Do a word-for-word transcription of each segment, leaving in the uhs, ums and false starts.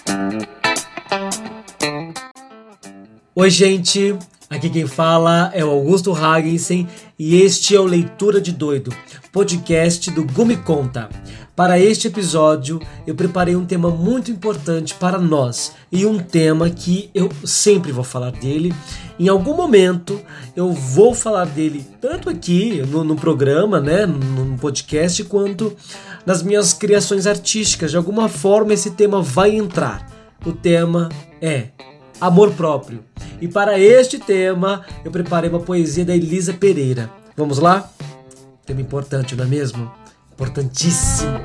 Oi, gente, aqui quem fala é o Augusto Hagensen e este é o Leitura de Doido, podcast do Gu Me Conta. Para este episódio, eu preparei um tema muito importante para nós e um tema que eu sempre vou falar dele. Em algum momento, eu vou falar dele tanto aqui no, no programa, né, no, no podcast, quanto nas minhas criações artísticas. De alguma forma, esse tema vai entrar. O tema é amor próprio. E para este tema, eu preparei uma poesia da Elisa Pereira. Vamos lá? Tema importante, não é mesmo? Importantíssimo.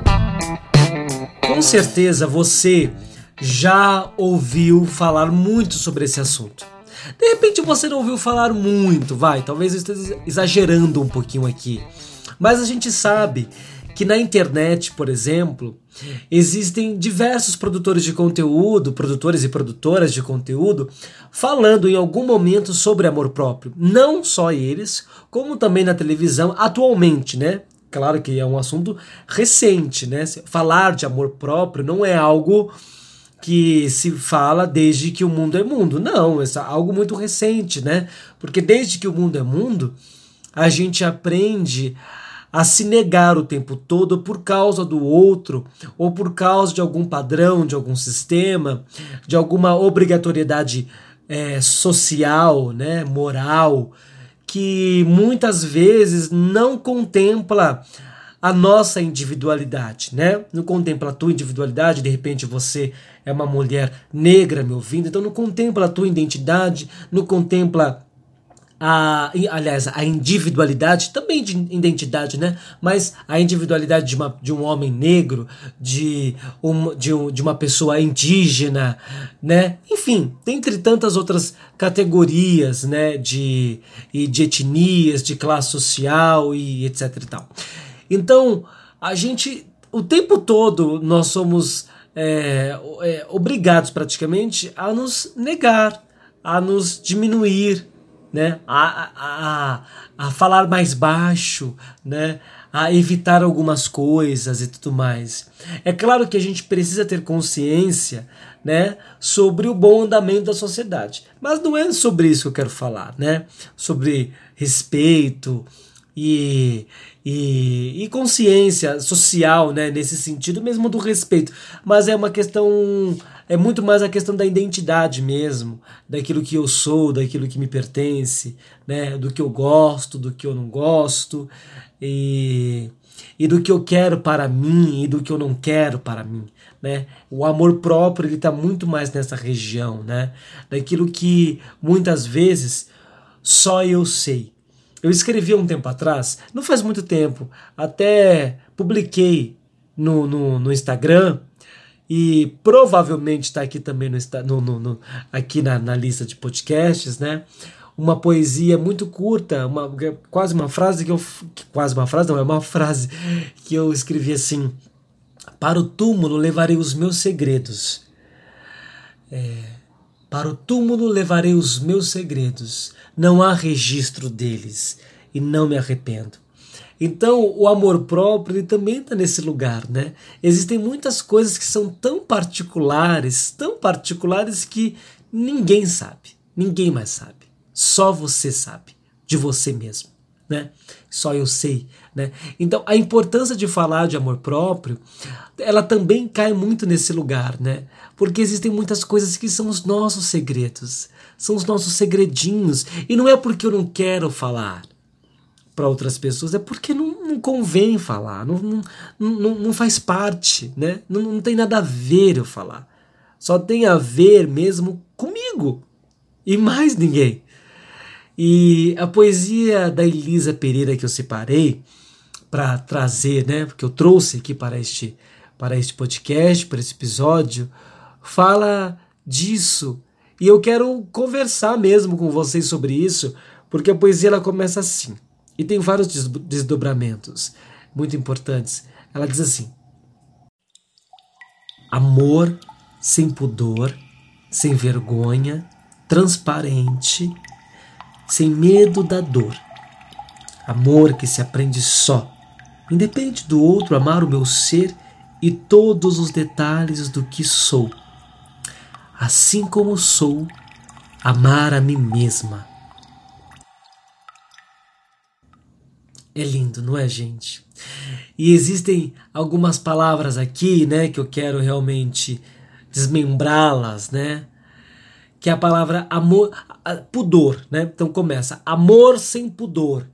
Com certeza você já ouviu falar muito sobre esse assunto. De repente você não ouviu falar muito, vai, talvez eu esteja exagerando um pouquinho aqui. Mas a gente sabe que na internet, por exemplo, existem diversos produtores de conteúdo, produtores e produtoras de conteúdo, falando em algum momento sobre amor próprio. Não só eles, como também na televisão, atualmente, né? Claro que é um assunto recente, né? Falar de amor próprio não é algo que se fala desde que o mundo é mundo. Não, é algo muito recente, né? Porque desde que o mundo é mundo, a gente aprende a se negar o tempo todo por causa do outro, ou por causa de algum padrão, de algum sistema, de alguma obrigatoriedade é, social, né, moral, que muitas vezes não contempla a nossa individualidade, né? Não contempla a tua individualidade, de repente você é uma mulher negra me ouvindo, então não contempla a tua identidade, não contempla a, aliás, a individualidade, também de identidade, né? Mas a individualidade de, uma, de um homem negro, de, um, de, um, de uma pessoa indígena, né? Enfim, dentre tantas outras categorias, né? De, e de etnias, de classe social e etc e tal. Então, a gente, o tempo todo nós somos é, é, obrigados praticamente a nos negar, a nos diminuir, né? A, a, a falar mais baixo, né? A evitar algumas coisas e tudo mais. É claro que a gente precisa ter consciência, né, sobre o bom andamento da sociedade, mas não é sobre isso que eu quero falar, né? Sobre respeito e, e, e consciência social, né, nesse sentido mesmo do respeito, mas é uma questão, é muito mais a questão da identidade mesmo, daquilo que eu sou, daquilo que me pertence, né, do que eu gosto, do que eu não gosto, e, e do que eu quero para mim e do que eu não quero para mim, né? O amor próprio, ele está muito mais nessa região, né, daquilo que muitas vezes só eu sei. Eu escrevi há um tempo atrás, não faz muito tempo, até publiquei no, no, no Instagram, e provavelmente está aqui também no, no, no, no, aqui na, na lista de podcasts, né? Uma poesia muito curta, uma, quase uma frase que eu... Quase uma frase, não, é uma frase que eu escrevi assim: para o túmulo levarei os meus segredos. É... Para o túmulo levarei os meus segredos, não há registro deles, e não me arrependo. Então, o amor próprio, ele também está nesse lugar, né? Existem muitas coisas que são tão particulares, tão particulares que ninguém sabe, ninguém mais sabe. Só você sabe, de você mesmo, né? Só eu sei, né? Então, a importância de falar de amor próprio, ela também cai muito nesse lugar, né? Porque existem muitas coisas que são os nossos segredos, são os nossos segredinhos, e não é porque eu não quero falar para outras pessoas, é porque não, não convém falar, não, não, não, não faz parte, né? Não, não tem nada a ver eu falar, só tem a ver mesmo comigo e mais ninguém. E a poesia da Elisa Pereira que eu separei para trazer, né, porque eu trouxe aqui para este, para este podcast, para esse episódio, fala disso. E eu quero conversar mesmo com vocês sobre isso, porque a poesia ela começa assim, e tem vários desdobramentos muito importantes. Ela diz assim: amor sem pudor, sem vergonha, transparente, sem medo da dor. Amor que se aprende só, independe do outro, amar o meu ser e todos os detalhes do que sou. assim como sou, amar a mim mesma. É lindo, não é, gente? E existem algumas palavras aqui, né, que eu quero realmente desmembrá-las, né? Que é a palavra amor, pudor, né? Então começa, amor sem pudor.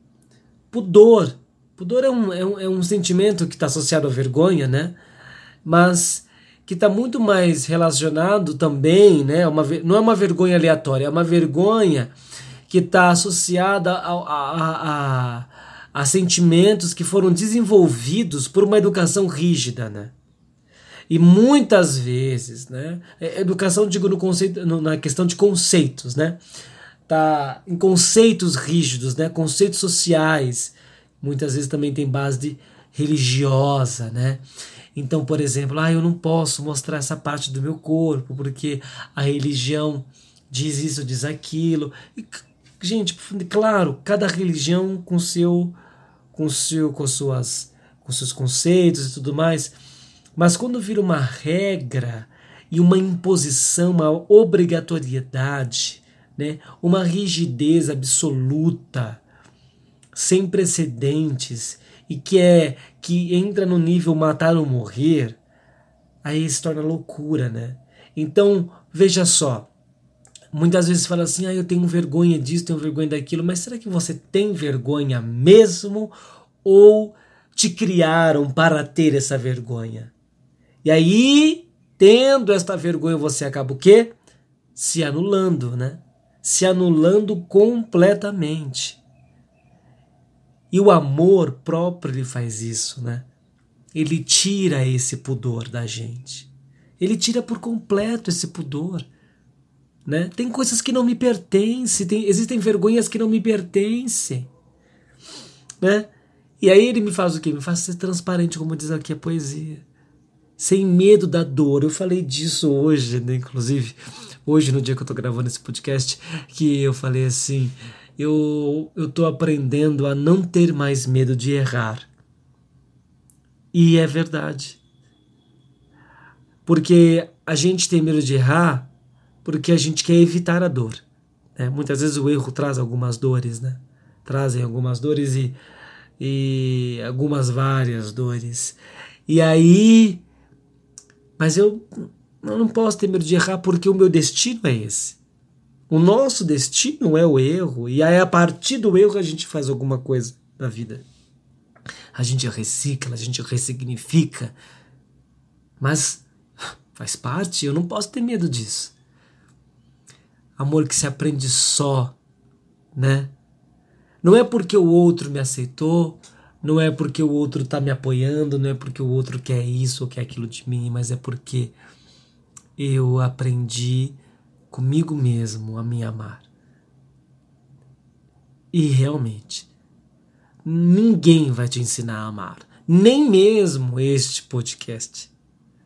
Pudor. Pudor é um, é um, é um sentimento que está associado à vergonha, né? Mas que está muito mais relacionado também, né? Uma, não é uma vergonha aleatória, é uma vergonha que está associada a, a, a, a sentimentos que foram desenvolvidos por uma educação rígida, né? E muitas vezes, né? Educação, digo, no conceito, no, na questão de conceitos, né? Tá em conceitos rígidos, né? Conceitos sociais. Muitas vezes também tem base de religiosa, né? Então, por exemplo, ah, eu não posso mostrar essa parte do meu corpo porque a religião diz isso, diz aquilo. E, gente, claro, cada religião com seu, com seu, com suas, com seus conceitos e tudo mais. Mas quando vira uma regra e uma imposição, uma obrigatoriedade, né, uma rigidez absoluta, sem precedentes, e que é que entra no nível matar ou morrer, aí se torna loucura, né? Então, veja só, muitas vezes fala assim, ah, eu tenho vergonha disso, tenho vergonha daquilo, mas será que você tem vergonha mesmo ou te criaram para ter essa vergonha? E aí, tendo esta vergonha, você acaba o quê? Se anulando, né? Se anulando completamente. E o amor próprio, ele faz isso, né? Ele tira esse pudor da gente. Ele tira por completo esse pudor, né? Tem coisas que não me pertencem, tem, existem vergonhas que não me pertencem, né? E aí ele me faz o quê? Me faz ser transparente, como diz aqui a poesia. Sem medo da dor. Eu falei disso hoje, né? Inclusive, hoje no dia que eu tô gravando esse podcast, que eu falei assim, eu, eu tô aprendendo a não ter mais medo de errar. E é verdade. Porque a gente tem medo de errar porque a gente quer evitar a dor, né? Muitas vezes o erro traz algumas dores, né? Trazem algumas dores e, e algumas várias dores. E aí... Mas eu, eu não posso ter medo de errar porque o meu destino é esse. O nosso destino é o erro. E aí a partir do erro a gente faz alguma coisa da vida. A gente recicla, a gente ressignifica. Mas faz parte, eu não posso ter medo disso. Amor que se aprende só, né? Não é porque o outro me aceitou, não é porque o outro está me apoiando, não é porque o outro quer isso ou quer aquilo de mim, mas é porque eu aprendi comigo mesmo a me amar. E realmente, ninguém vai te ensinar a amar, nem mesmo este podcast.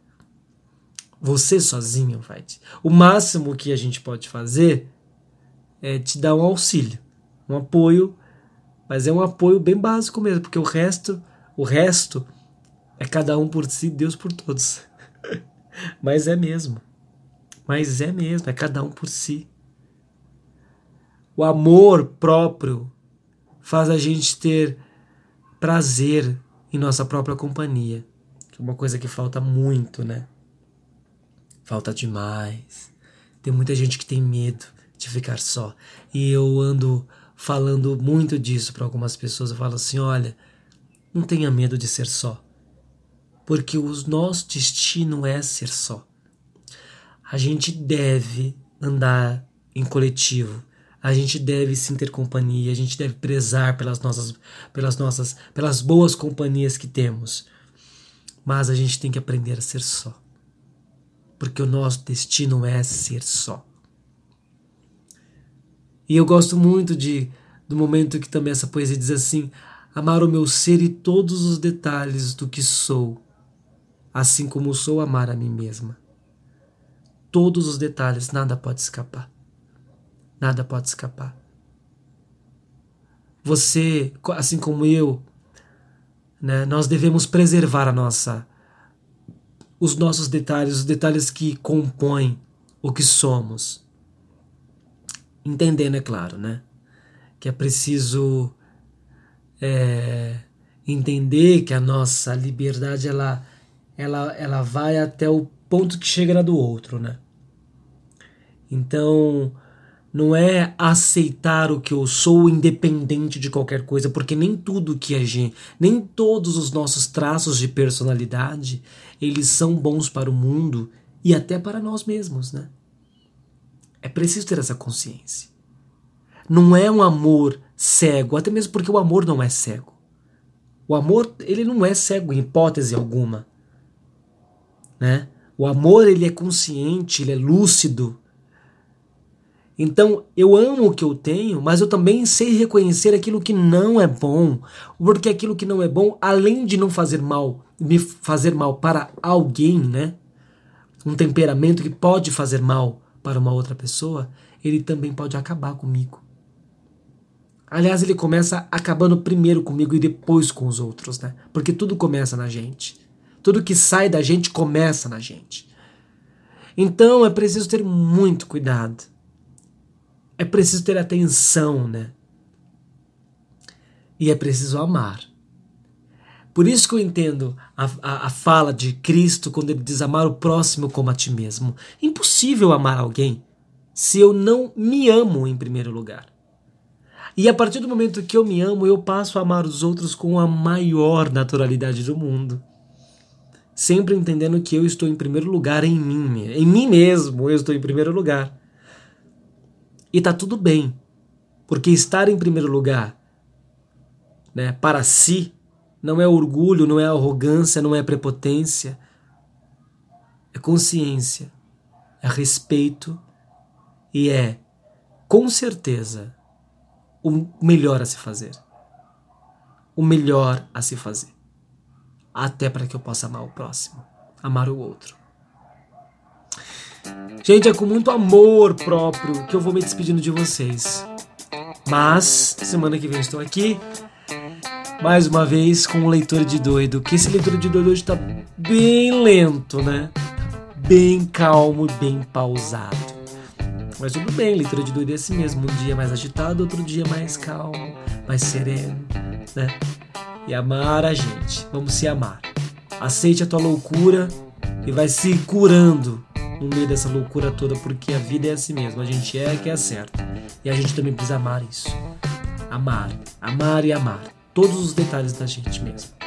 Você sozinho vai. O máximo que a gente pode fazer é te dar um auxílio, um apoio, mas é um apoio bem básico mesmo, porque o resto, o resto é cada um por si, Deus por todos. Mas é mesmo. Mas é mesmo, é cada um por si. O amor próprio faz a gente ter prazer em nossa própria companhia, que é uma coisa que falta muito, né? Falta demais. Tem muita gente que tem medo de ficar só. E eu ando falando muito disso para algumas pessoas. Eu falo assim, olha, não tenha medo de ser só. Porque o nosso destino é ser só. A gente deve andar em coletivo. A gente deve sim ter companhia. A gente deve prezar pelas nossas, pelas nossas, pelas boas companhias que temos. Mas a gente tem que aprender a ser só. Porque o nosso destino é ser só. E eu gosto muito de, do momento que também essa poesia diz assim, amar o meu ser e todos os detalhes do que sou, assim como sou amar a mim mesma. Todos os detalhes, nada pode escapar. Nada pode escapar. Você, assim como eu, né, nós devemos preservar a nossa, os nossos detalhes, os detalhes que compõem o que somos. Entendendo, é claro, né? Que é preciso é, entender que a nossa liberdade ela, ela, ela vai até o ponto que chega na do outro, né? Então, não é aceitar o que eu sou independente de qualquer coisa, porque nem tudo que a gente, nem todos os nossos traços de personalidade, eles são bons para o mundo e até para nós mesmos, né? É preciso ter essa consciência. Não é um amor cego, até mesmo porque o amor não é cego. O amor, ele não é cego em hipótese alguma, né? O amor, ele é consciente, ele é lúcido. Então, eu amo o que eu tenho, mas eu também sei reconhecer aquilo que não é bom, porque aquilo que não é bom, além de não fazer mal, me fazer mal para alguém, né? Um temperamento que pode fazer mal para uma outra pessoa, ele também pode acabar comigo. Aliás, ele começa acabando primeiro comigo e depois com os outros, né? Porque tudo começa na gente. Tudo que sai da gente começa na gente. Então, é preciso ter muito cuidado. É preciso ter atenção, né? E é preciso amar. Por isso que eu entendo a, a, a fala de Cristo quando ele diz amar o próximo como a ti mesmo. Impossível amar alguém se eu não me amo em primeiro lugar. E a partir do momento que eu me amo, eu passo a amar os outros com a maior naturalidade do mundo. Sempre entendendo que eu estou em primeiro lugar em mim. Em mim mesmo eu estou em primeiro lugar. E tá tudo bem, porque estar em primeiro lugar, né, para si, não é orgulho, não é arrogância, não é prepotência, é consciência, é respeito e é, com certeza, o melhor a se fazer. O melhor a se fazer. Até para que eu possa amar o próximo, amar o outro. Gente, é com muito amor próprio que eu vou me despedindo de vocês. Mas, semana que vem estou aqui, mais uma vez com o Leitura de Doido. Que esse Leitura de Doido hoje tá bem lento, né? Bem calmo e bem pausado. Mas tudo bem, Leitura de Doido é assim mesmo. Um dia mais agitado, outro dia mais calmo, mais sereno, né? E amar a gente. Vamos se amar. Aceite a tua loucura e vai se curando no meio dessa loucura toda, porque a vida é assim mesmo, a gente é que é certo. E a gente também precisa amar isso. Amar, amar e amar. Todos os detalhes da gente mesmo.